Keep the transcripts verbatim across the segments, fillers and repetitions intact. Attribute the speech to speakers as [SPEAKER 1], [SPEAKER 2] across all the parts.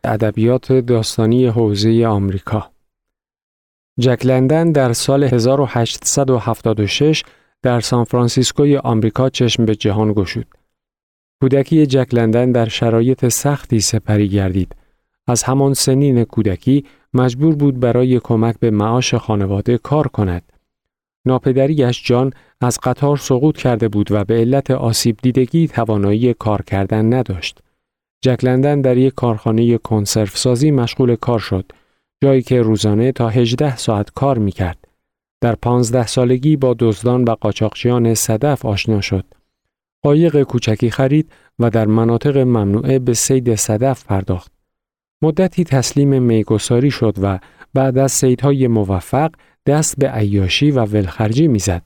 [SPEAKER 1] ادبیات داستانی حوزه آمریکا. جک لندن در سال هزار و هشتصد و هفتاد و شش در سانفرانسیسکوی آمریکا چشم به جهان گشود. کودکی جک لندن در شرایط سختی سپری گردید. از همان سنین کودکی مجبور بود برای کمک به معاش خانواده کار کند. ناپدریش جان از قطار سقوط کرده بود و به علت آسیب دیدگی توانایی کار کردن نداشت. جک لندن در یک کارخانه کنسرو سازی مشغول کار شد، جایی که روزانه تا هجده ساعت کار می‌کرد. در پانزده سالگی با دزدان و قاچاقچیان صدف آشنا شد. قایق کوچکی خرید و در مناطق ممنوعه به صید صدف پرداخت. مدتی تسلیم میگساری شد و بعد از صیدهای موفق دست به عیاشی و ولخرجی می‌زد.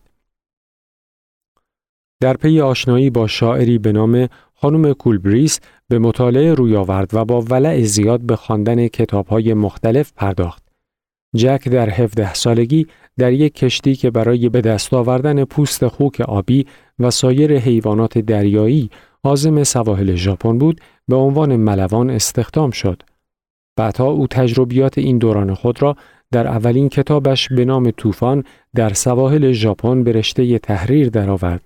[SPEAKER 1] در پی آشنایی با شاعری به نام خانم کولبریس به مطالعه روی آورد و با ولع زیاد به خواندن کتاب‌های مختلف پرداخت. جک در هفده سالگی در یک کشتی که برای به دست آوردن پوست خوک آبی و سایر حیوانات دریایی عازم سواحل ژاپن بود، به عنوان ملوان استخدام شد. بعدها او تجربیات این دوران خود را در اولین کتابش به نام طوفان در سواحل ژاپن به رشته تحریر درآورد.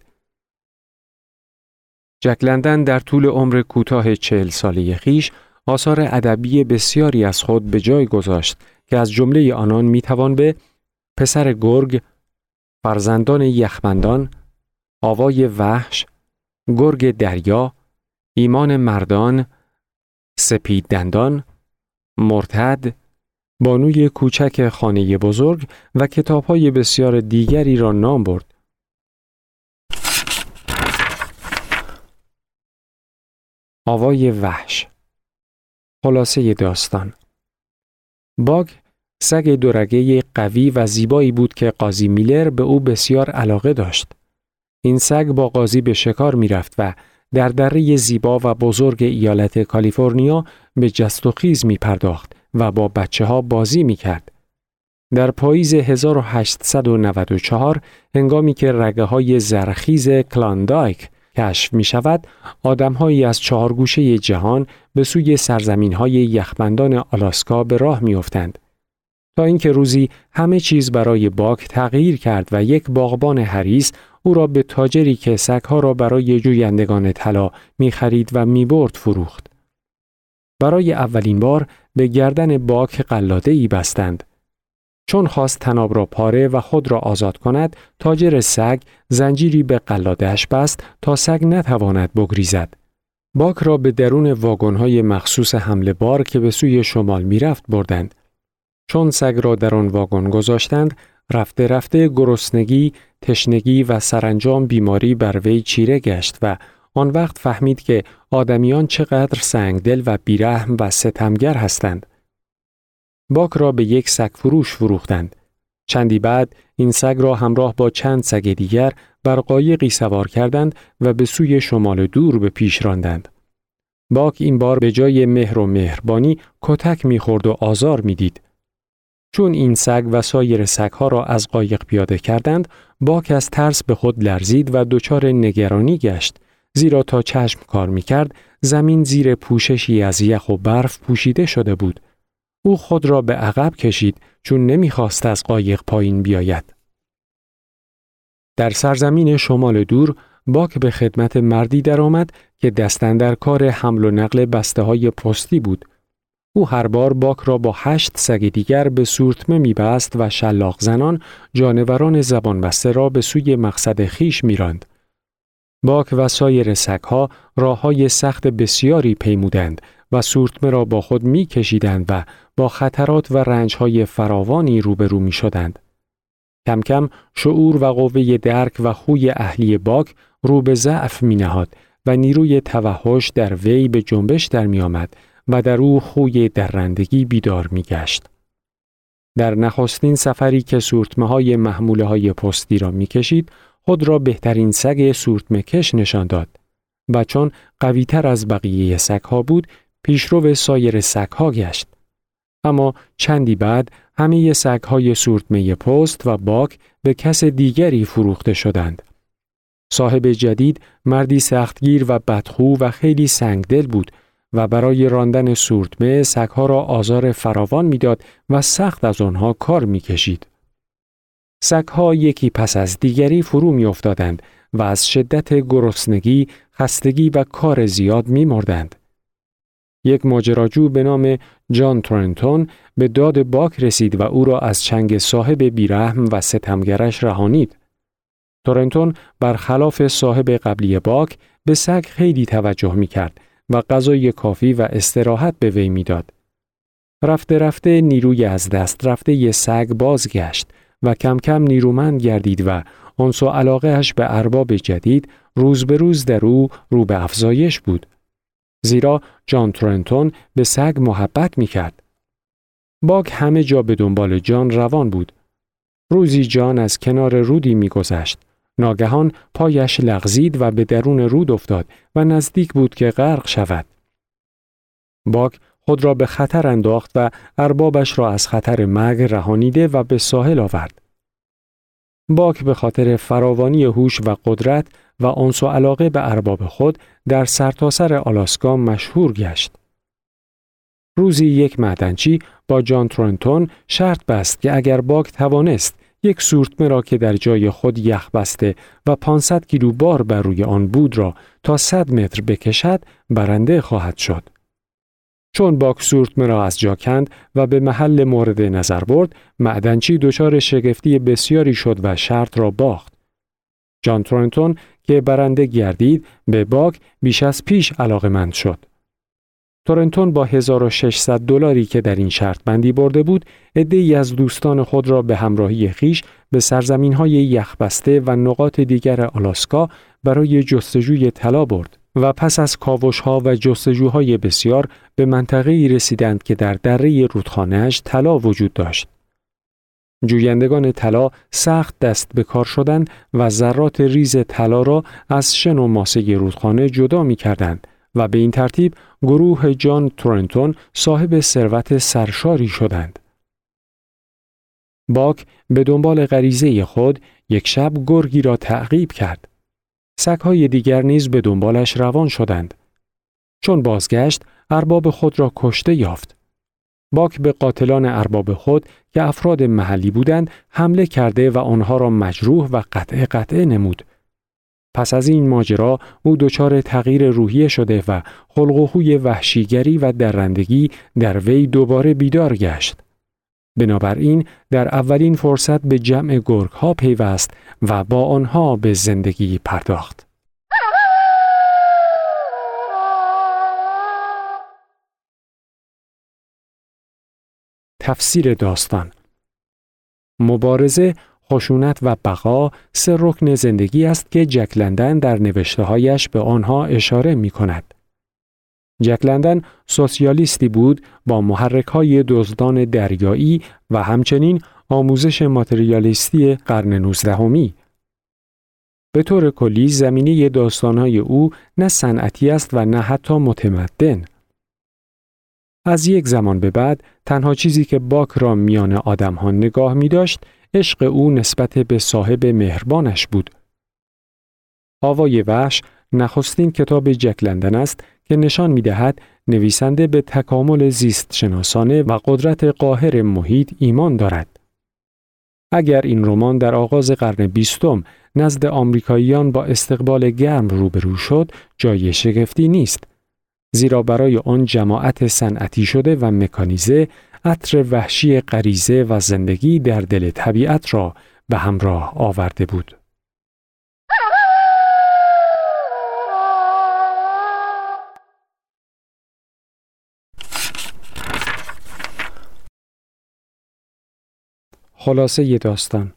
[SPEAKER 1] جک لندن در طول عمر کوتاه چهل ساله خویش آثار ادبی بسیاری از خود به جای گذاشت که از جمله آنان میتوان به پسر گرگ، فرزندان یخبندان، آوای وحش، گرگ دریا، ایمان مردان، سپید دندان، مرتد، بانوی کوچک خانه بزرگ و کتاب‌های بسیار دیگری را نام برد. آوای وحش. خلاصه داستان: باگ سگ دورگه قوی و زیبایی بود که قاضی میلر به او بسیار علاقه داشت. این سگ با قاضی به شکار می رفت و در دره زیبا و بزرگ ایالت کالیفرنیا به جست و خیز می پرداخت و با بچه ها بازی می کرد. در پاییز هزار و هشتصد و نود و چهار هنگامی که رگه های زرخیز کلاندایک کشف می شود، آدم‌هایی از چهار گوشه جهان به سوی سرزمین‌های یخبندان آلاسکا به راه می‌افتند. تا اینکه روزی همه چیز برای باگ تغییر کرد و یک باغبان حریص او را به تاجری که سگ‌ها را برای جویندگان طلا می‌خرید و می‌برد فروخت. برای اولین بار به گردن باگ قلاده‌ای بستند. چون خواست طناب را پاره و خود را آزاد کند، تاجر سگ زنجیری به قلاده‌اش بست تا سگ نتواند بگریزد. باگ را به درون واگن‌های مخصوص حمل بار که به سوی شمال می‌رفت بردند. چون سگ را در آن واگن گذاشتند، رفته رفته گرسنگی، تشنگی و سرانجام بیماری بر وی چیره گشت و آن وقت فهمید که آدمیان چقدر سنگدل و بیرحم و ستمگر هستند. باگ را به یک سگ فروش فروختند. چندی بعد این سگ را همراه با چند سگ دیگر بر قایقی سوار کردند و به سوی شمال دور به پیش راندند. باگ این بار به جای مهر و مهربانی کتک می‌خورد و آزار می‌دید. چون این سگ و سایر سگ‌ها را از قایق پیاده کردند، باگ از ترس به خود لرزید و دچار نگرانی گشت، زیرا تا چشم کار می‌کرد زمین زیر پوششی از یخ و برف پوشیده شده بود. او خود را به عقب کشید چون نمی‌خواست از قایق پایین بیاید. در سرزمین شمال دور باگ به خدمت مردی درآمد که دست‌اندرکار حمل و نقل بسته‌های پستی بود. او هر بار باگ را با هشت سگ دیگر به سورتمه می‌بست و شلاق زنان جانوران زبان بسته را به سوی مقصد خیش می‌راند. باگ و سایر سگ‌ها راه‌های سخت بسیاری پیمودند و سورتمه را با خود می‌کشیدند و با خطرات و رنج‌های فراوانی روبرو می‌شدند. کم کم شعور و قوه درک و خوی اهلی باگ رو به ضعف می‌نهاد و نیروی توحش در وی به جنبش در می‌آمد و در او خوی درندگی بیدار می‌گشت. در نخستین سفری که سورتمه‌های محموله‌های پستی را می‌کشید، خود را بهترین سگ سورتمه کش نشان داد و چون قوی‌تر از بقیه سگ‌ها بود، پیشرو سایر سگ‌ها گشت. اما چندی بعد همه سگ‌های سورتمه پست و باگ به کس دیگری فروخته شدند. صاحب جدید مردی سختگیر و بدخو و خیلی سنگدل بود و برای راندن سورتمه سگها را آزار فراوان میداد و سخت از آنها کار میکشید. سگها یکی پس از دیگری فرو میافتادند و از شدت گرسنگی، خستگی و کار زیاد میمردند. یک ماجراجو به نام جان ترنتون به داد باک رسید و او را از چنگ صاحب بیرحم و ستمگرش رهانید. ترنتون برخلاف صاحب قبلی باک به سگ خیلی توجه میکرد و غذای کافی و استراحت به وی میداد. رفته رفته نیروی از دست رفته ی سگ بازگشت و کم کم نیرومند گردید و انس و علاقه‌اش به ارباب جدید روز به روز در او رو به افزایش بود. زیرا جان ترنتون به سگ محبت میکرد. باک همه جا به دنبال جان روان بود. روزی جان از کنار رودی میگذشت. ناگهان پایش لغزید و به درون رود افتاد و نزدیک بود که غرق شود. باک خود را به خطر انداخت و اربابش را از خطر مرگ رهانیده و به ساحل آورد. باک به خاطر فراوانی هوش و قدرت و انس و علاقه به ارباب خود در سرتاسر آلاسکا مشهور گشت. روزی یک معدنچی با جان ترنتون شرط بست که اگر باک توانست یک سورتمه را که در جای خود یخ بسته و پانصد کیلو بار بر روی آن بود را تا صد متر بکشد، برنده خواهد شد. چون باک سورتمه را از جا کند و به محل مورد نظر برد، معدنچی دچار شگفتی بسیاری شد و شرط را باخت. جان ترنتون که برنده گردید به باک بیش از پیش علاقه‌مند شد. تورنتون با هزار و ششصد دلاری که در این شرط بندی برده بود، عده‌ای از دوستان خود را به همراهی خیش به سرزمین‌های یخبسته و نقاط دیگر آلاسکا برای جستجوی طلا برد و پس از کاوش‌ها و جستجوهای بسیار به منطقه‌ای رسیدند که در دره رودخانه‌اش طلا وجود داشت. جویندگان طلا سخت دست به کار شدند و ذرات ریز طلا را از شن و ماسه رودخانه جدا می‌کردند و به این ترتیب گروه جان تورنتون صاحب ثروت سرشاری شدند. باک به دنبال غریزه خود یک شب گرگی را تعقیب کرد. سگ‌های دیگر نیز به دنبالش روان شدند. چون بازگشت، ارباب خود را کشته یافت. باک به قاتلان ارباب خود که افراد محلی بودند حمله کرده و آنها را مجروح و قطع قطع نمود. پس از این ماجرا او دچار تغییر روحیه شده و خلق و خوی وحشیگری و درندگی در وی دوباره بیدار گشت. بنابراین در اولین فرصت به جمع گرگ‌ها پیوست و با آنها به زندگی پرداخت. تفسیر داستان: مبارزه، خشونت و بقا سه رکن زندگی است که جک لندن در نوشته‌هایش به آنها اشاره می‌کند. جک لندن سوسیالیستی بود با محرک‌های دزدان دریایی و همچنین آموزش ماتریالیستی قرن نوزدهمی. به طور کلی زمینه داستان‌های او نه صنعتی است و نه حتی متمدن. از یک زمان به بعد تنها چیزی که باک را میان آدم‌ها نگاه می‌داشت عشق او نسبت به صاحب مهربانش بود. آوای وحش نخستین کتاب جک لندن است که نشان می‌دهد نویسنده به تکامل زیست شناسانه و قدرت قاهر محیط ایمان دارد. اگر این رمان در آغاز قرن بیستم نزد آمریکاییان با استقبال گرم روبرو شد، جای شگفتی نیست. زیرا برای آن جماعت صنعتی شده و مکانیزه، عطر وحشی غریزه و زندگی در دل طبیعت را به همراه آورده بود. خلاصه داستان: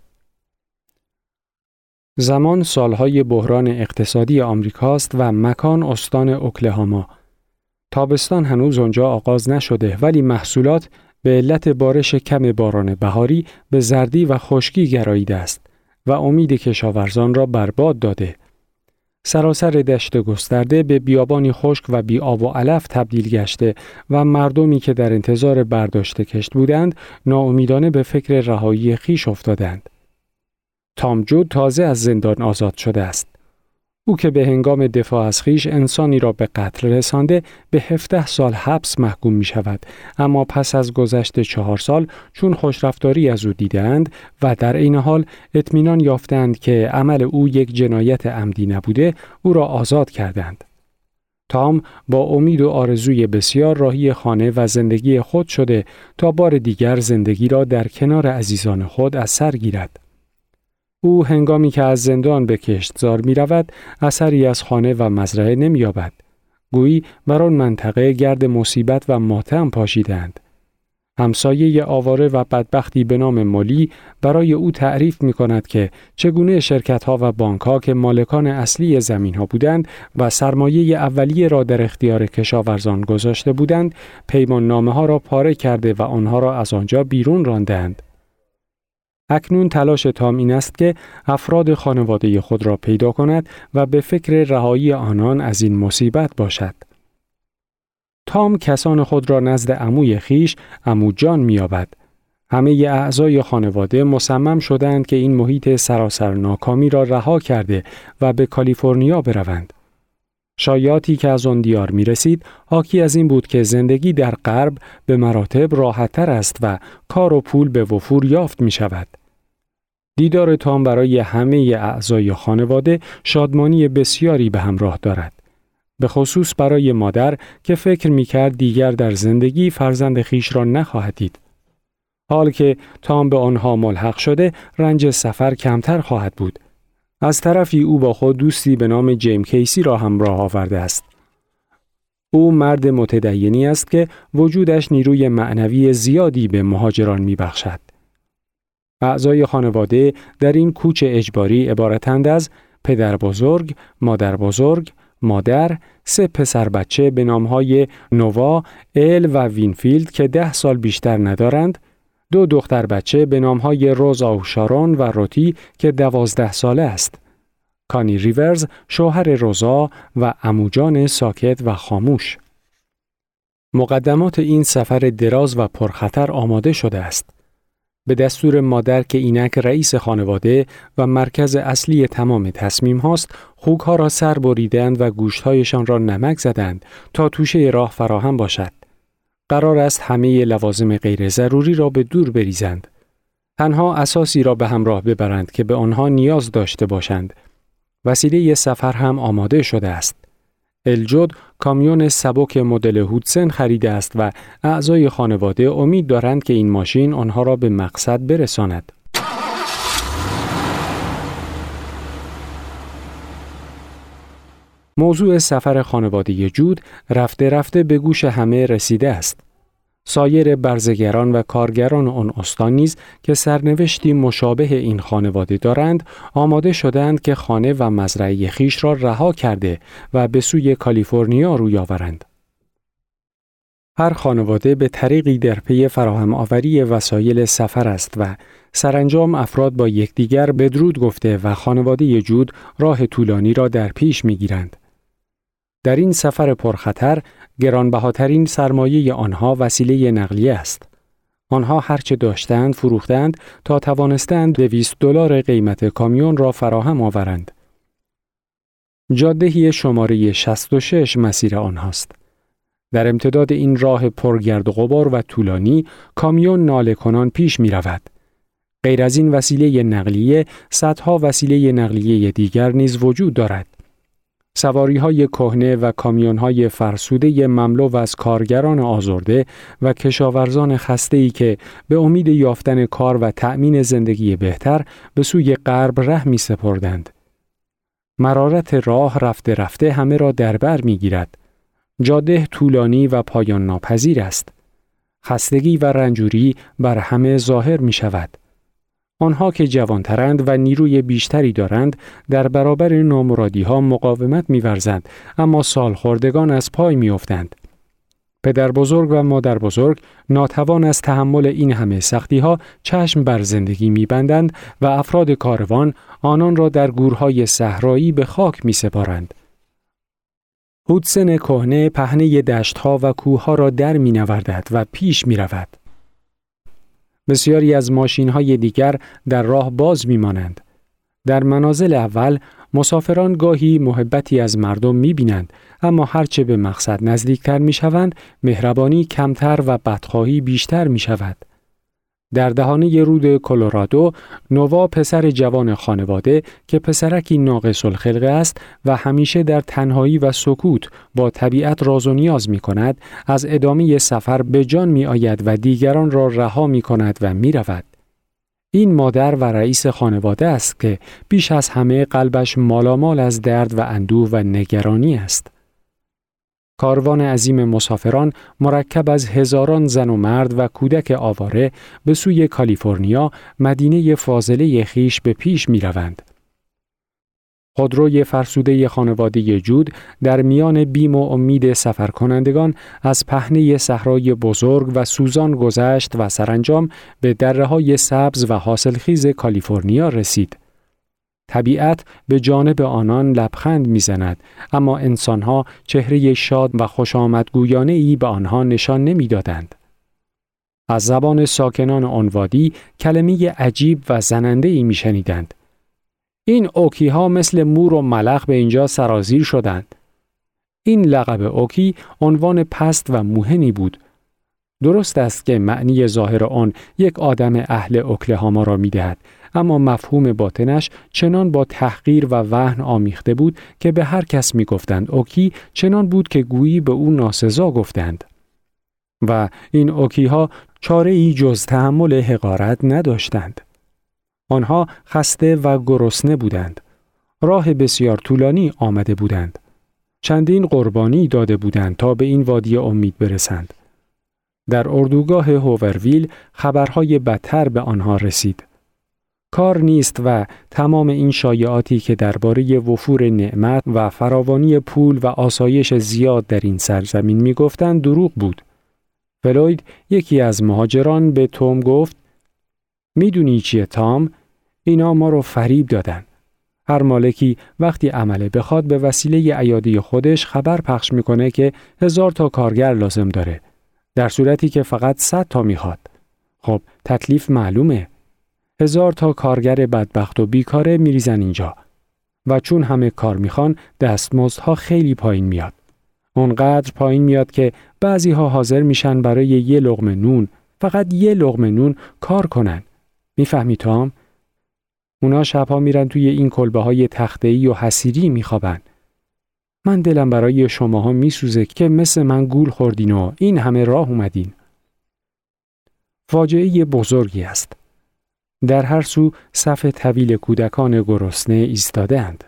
[SPEAKER 1] زمان سالهای بحران اقتصادی آمریکاست و مکان استان اوکلاهاما. تابستان هنوز آنجا آغاز نشده ولی محصولات به علت بارش کم باران بهاری به زردی و خشکی گراییده است و امید کشاورزان را برباد داده. سراسر دشت گسترده به بیابانی خشک و بی آب و علف تبدیل گشته و مردمی که در انتظار برداشت کشت بودند ناامیدانه به فکر رهایی خویش افتادند. تام جود تازه از زندان آزاد شده است. او که به هنگام دفاع از خویش انسانی را به قتل رسانده به هفده سال حبس محکوم می شود، اما پس از گذشت چهار سال چون خوشرفتاری از او دیدند و در این حال اطمینان یافتند که عمل او یک جنایت عمدی نبوده، او را آزاد کردند. تام با امید و آرزوی بسیار راهی خانه و زندگی خود شده تا بار دیگر زندگی را در کنار عزیزان خود از سر گیرد. او هنگامی که از زندان به کشتزار می رود، اثری از خانه و مزرعه نمی یابد. گویی بر آن منطقه گرد مصیبت و ماتم پاشیدند. همسایه آواره و بدبختی به نام مولی برای او تعریف می کند که چگونه شرکت‌ها و بانک‌ها که مالکان اصلی زمین‌ها بودند و سرمایه اولیه را در اختیار کشاورزان گذاشته بودند، پیمان نامه‌ها را پاره کرده و آنها را از آنجا بیرون راندند. اکنون تلاش تام این است که افراد خانواده خود را پیدا کند و به فکر رهایی آنان از این مصیبت باشد. تام کسان خود را نزد عموی خیش، عمو جان می‌یابد. همه اعضای خانواده مصمم شدند که این محیط سراسر ناکامی را رها کرده و به کالیفرنیا بروند. شایعاتی که از آن دیار می رسید، حاکی از این بود که زندگی در غرب به مراتب راحت‌تر است و کار و پول به وفور یافت می شود. دیدار تام برای همه اعضای خانواده شادمانی بسیاری به همراه دارد. به خصوص برای مادر که فکر می کرد دیگر در زندگی فرزند خیش را نخواهد دید. حال که تام به آنها ملحق شده، رنج سفر کمتر خواهد بود. از طرفی او با خود دوستی به نام جیم کیسی را همراه آورده است. او مرد متدینی است که وجودش نیروی معنوی زیادی به مهاجران می بخشد. اعضای خانواده در این کوچ اجباری عبارتند از پدر بزرگ، مادر بزرگ، مادر، سه پسر بچه به نامهای نووا، ال و وینفیلد که ده سال بیشتر ندارند، دو دختر بچه به نامهای روزا و شارون و روتی که دوازده ساله است. کانی ریورز، شوهر روزا و عموجان ساکت و خاموش. مقدمات این سفر دراز و پرخطر آماده شده است. به دستور مادر که اینک رئیس خانواده و مرکز اصلی تمام تصمیم هاست، خوک‌ها را سر بریدند و گوشت‌هایشان را نمک زدند تا توشه راه فراهم باشد. قرار است همه لوازم غیر ضروری را به دور بریزند. تنها اساسی را به همراه ببرند که به آنها نیاز داشته باشند. وسیله سفر هم آماده شده است. الجود کامیون سبک مدل هودسن خریده است و اعضای خانواده امید دارند که این ماشین آنها را به مقصد برساند. موضوع سفر خانواده جود رفته رفته به گوش همه رسیده است. سایر برزگران و کارگران آن استان نیز که سرنوشتی مشابه این خانواده دارند، آماده شدند که خانه و مزرعه خیش را رها کرده و به سوی کالیفرنیا روی آورند. هر خانواده به طریقی در پی فراهم آوری وسایل سفر است و سرانجام افراد با یکدیگر بدرود گفته و خانواده جود راه طولانی را در پیش می‌گیرند. در این سفر پرخطر، گرانبهاترین سرمایه آنها وسیله نقلیه است. آنها هرچه داشتند فروختند تا توانستند دویست دلار قیمت کامیون را فراهم آورند. جاده شماره شصت و شش مسیر آنهاست. در امتداد این راه پرگرد و غبار و طولانی، کامیون ناله کنان پیش می رود. غیر از این وسیله نقلیه، صدها وسیله نقلیه دیگر نیز وجود دارد. سواری‌های کهنه و کامیون‌های فرسوده مملو از کارگران آزرده و کشاورزان خسته‌ای که به امید یافتن کار و تأمین زندگی بهتر به سوی غرب ره می‌سپردند. مرارت راه رفته رفته همه را در بر می‌گیرد. جاده طولانی و پایان ناپذیر است. خستگی و رنجوری بر همه ظاهر می‌شود. آنها که جوانترند و نیروی بیشتری دارند در برابر نامرادی‌ها مقاومت می‌ورزند، اما سالخوردگان از پای می‌افتند. پدر بزرگ و مادر بزرگ ناتوان از تحمل این همه سختی‌ها چشم بر زندگی می‌بندند و افراد کاروان آنان را در گورهای صحرایی به خاک می‌سپارند. هودسن کهنه پهنه دشت‌ها و کوه‌ها را در می‌نوردد و پیش می‌رود. بسیاری از ماشین‌های دیگر در راه باز می‌مانند. در منازل اول مسافران گاهی محبتی از مردم می‌بینند، اما هرچه به مقصد نزدیکتر می‌شوند، مهربانی کمتر و بدخواهی بیشتر می‌شود. در دهانه رود کلرادو، نووا پسر جوان خانواده که پسرکی ناقص الخلقه است و همیشه در تنهایی و سکوت با طبیعت راز و نیاز می کند، از ادامه سفر به جان می آید و دیگران را رها می کند و می رود. این مادر و رئیس خانواده است که بیش از همه قلبش مالامال از درد و اندوه و نگرانی است. کاروان عظیم مسافران مرکب از هزاران زن و مرد و کودک آواره به سوی کالیفرنیا، مدینه فاضله خیش به پیش می روند. خودروی فرسوده خانواده جود در میان بیم و امید سفرکنندگان از پهنه صحرای بزرگ و سوزان گذشت و سرانجام به دره‌های سبز و حاصلخیز کالیفرنیا رسید. طبیعت به جانب آنان لبخند می‌زند، اما انسان‌ها چهره شاد و خوشامدگویانه‌ای به آنها نشان نمی‌دادند. از زبان ساکنان آن وادی کلمه عجیب و زننده‌ای می‌شنیدند. این اوکی‌ها مثل مور و ملخ به اینجا سرازیر شدند. این لقب اوکی عنوان پست و موهنی بود. درست است که معنی ظاهر آن یک آدم اهل اوکلاهاما را می‌دهد، اما مفهوم باطنش چنان با تحقیر و وهن آمیخته بود که به هر کس می گفتند اوکی چنان بود که گویی به او ناسزا گفتند. و این اوکی ها چاره ای جز تحمل حقارت نداشتند. آنها خسته و گرسنه بودند. راه بسیار طولانی آمده بودند. چندین قربانی داده بودند تا به این وادی امید برسند. در اردوگاه هوورویل خبرهای بدتر به آنها رسید. کار نیست و تمام این شایعاتی که درباره وفور نعمت و فراوانی پول و آسایش زیاد در این سرزمین می گفتند دروغ بود. فلوید یکی از مهاجران به توم گفت: میدونی چیه تام؟ اینا ما رو فریب دادن. هر مالکی وقتی عمله بخواد به وسیله ایادی خودش خبر پخش میکنه که هزار تا کارگر لازم داره، در صورتی که فقط صد تا میخواد. خب تکلیف معلومه. هزار تا کارگر بدبخت و بیکاره میریزن اینجا و چون همه کار میخوان دستمزدها خیلی پایین میاد. اونقدر پایین میاد که بعضی ها حاضر میشن برای یه لقمه نون، فقط یه لقمه نون کار کنن. میفهمی تام؟ اونا شبها میرن توی این کلبه های تخته‌ای و حصیری میخوابن. من دلم برای شماها میسوزه که مثل من گول خوردین و این همه راه اومدین. فاجعه بزرگی است. در هر سو صف طویل کودکان گرسنه ایستاده‌اند.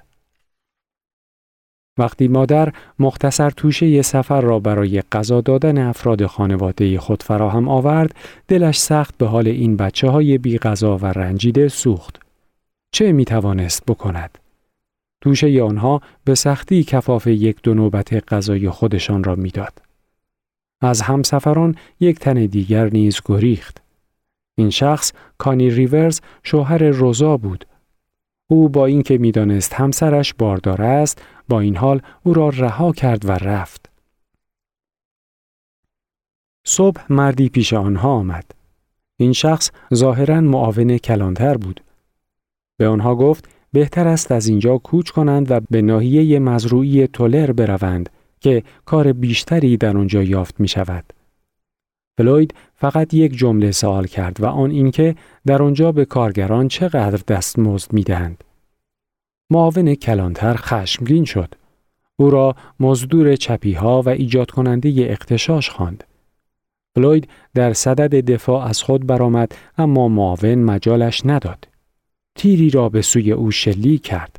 [SPEAKER 1] وقتی مادر مختصر توشه سفر را برای غذا دادن افراد خانواده خود فراهم آورد، دلش سخت به حال این بچه‌های بی غذا و رنجیده سوخت. چه می‌توانست بکند؟ توشه آنها به سختی کفاف یک دو نوبت غذای خودشان را می‌داد. از همسفران یک تن دیگر نیز گریخت. این شخص کانی ریورز شوهر روزا بود. او با اینکه می‌دانست همسرش باردار است، با این حال او را رها کرد و رفت. صبح مردی پیش آنها آمد. این شخص ظاهراً معاون کلانتر بود. به آنها گفت بهتر است از اینجا کوچ کنند و به ناحیه مزروعی تولر بروند که کار بیشتری در آنجا یافت می شود. فلوید فقط یک جمله سوال کرد و آن اینکه در آنجا به کارگران چقدر دستمزد می‌دهند. معاون کلانتر خشمگین شد. او را مزدور چپی‌ها و ایجاد کننده اغتشاش خواند. فلوید در صدد دفاع از خود برآمد، اما معاون مجالش نداد. تیری را به سوی او شلیک کرد.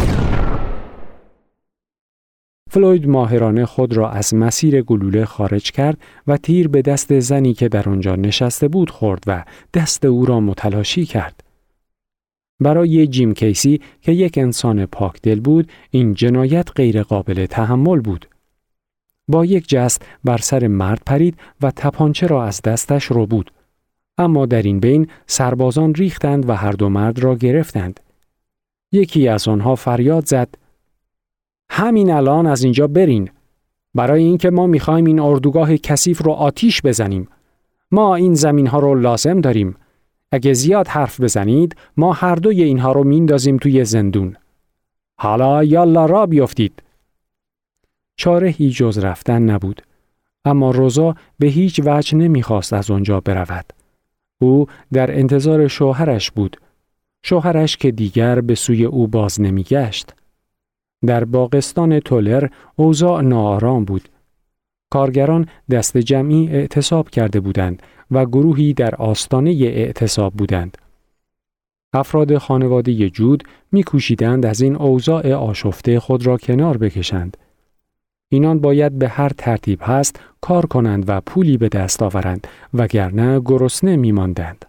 [SPEAKER 1] فلوید ماهرانه خود را از مسیر گلوله خارج کرد و تیر به دست زنی که در آنجا نشسته بود خورد و دست او را متلاشی کرد. برای جیم کیسی که یک انسان پاکدل بود، این جنایت غیر قابل تحمل بود. با یک جست بر سر مرد پرید و تپانچه را از دستش رو بود. اما در این بین سربازان ریختند و هر دو مرد را گرفتند. یکی از آنها فریاد زد: همین الان از اینجا برین، برای اینکه ما میخوایم این اردوگاه کثیف رو آتیش بزنیم. ما این زمین ها رو لازم داریم. اگه زیاد حرف بزنید ما هر دوی اینها رو میندازیم توی زندون. حالا یالا را بیفتید. چاره‌ای جز رفتن نبود. اما روزا به هیچ وجه نمیخواست از آنجا برود. او در انتظار شوهرش بود. شوهرش که دیگر به سوی او باز نمیگشت. در باغستان تولر اوضاع ناآرام بود. کارگران دست جمعی اعتصاب کرده بودند و گروهی در آستانه اعتصاب بودند. افراد خانواده جود می‌کوشیدند از این اوضاع آشفته خود را کنار بکشند. اینان باید به هر ترتیب هست کار کنند و پولی به دست آورند وگرنه گرسنه می‌ماندند.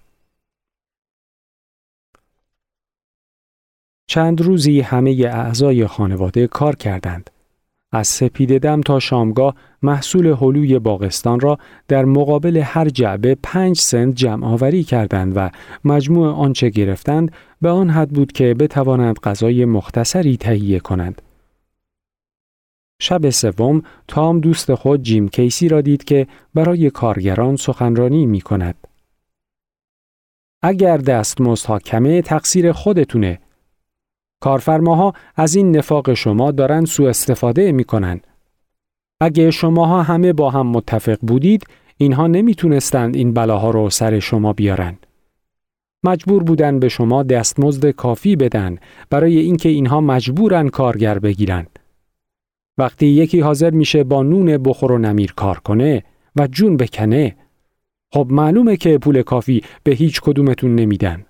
[SPEAKER 1] چند روزی همه اعضای خانواده کار کردند. از سپیده‌دم تا شامگاه محصول هلوی باغستان را در مقابل هر جعبه پنج سنت جمع آوری کردند و مجموع آنچه گرفتند به آن حد بود که بتوانند غذای مختصری تهیه کنند. شب سوم تام دوست خود جیم کیسی را دید که برای کارگران سخنرانی می کند. اگر دستمزدها کمه تقصیر خودتونه. کارفرماها از این نفاق شما دارن سوء استفاده می کنن. اگه شماها همه با هم متفق بودید، اینها نمیتونستند این بلاها رو سر شما بیارن. مجبور بودن به شما دستمزد کافی بدن برای اینکه اینها مجبورن کارگر بگیرن. وقتی یکی حاضر میشه با نون بخور و نمیر کار کنه و جون بکنه، خب معلومه که پول کافی به هیچ کدومتون نمیدن.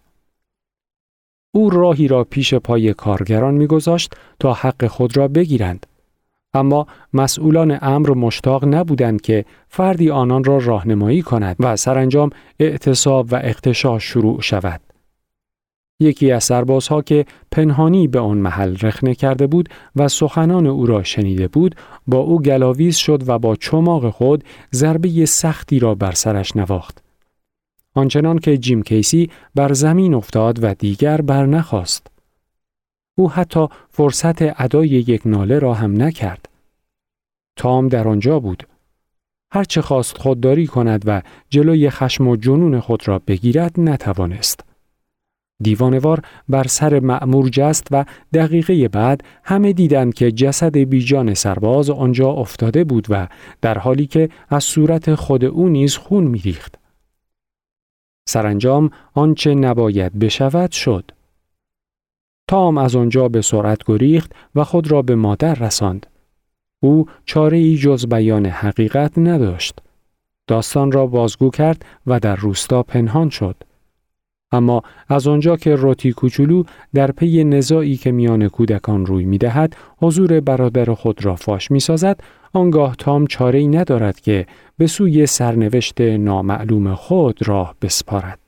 [SPEAKER 1] او راهی را پیش پای کارگران میگذاشت تا حق خود را بگیرند. اما مسئولان امر مشتاق نبودند که فردی آنان را راهنمایی کند و سرانجام اعتصاب و اغتشاش شروع شود. یکی از سربازها که پنهانی به آن محل رخنه کرده بود و سخنان او را شنیده بود، با او گلاویز شد و با چماق خود ضربه سختی را بر سرش نواخت. آنچنان که جیم کیسی بر زمین افتاد و دیگر بر نخاست. او حتی فرصت ادای یک ناله را هم نکرد. تام در آنجا بود. هرچه خواست خودداری کند و جلوی خشم و جنون خود را بگیرد نتوانست. دیوانوار بر سر مأمور جست و دقیقه بعد همه دیدند که جسد بیجان سرباز آنجا افتاده بود و در حالی که از صورت خود او نیز خون می‌ریخت. سرانجام آنچه نباید بشود شد. تام از آنجا به سرعت گریخت و خود را به مادر رساند. او چاره ای جز بیان حقیقت نداشت. داستان را بازگو کرد و در روستا پنهان شد. اما از آنجا که روتی کوچولو در پی نزاعی که میان کودکان روی می‌دهد حضور برادر خود را فاش می‌سازد، آنگاه تام چاره‌ای ندارد که به سوی سرنوشت نامعلوم خود راه بسپارد.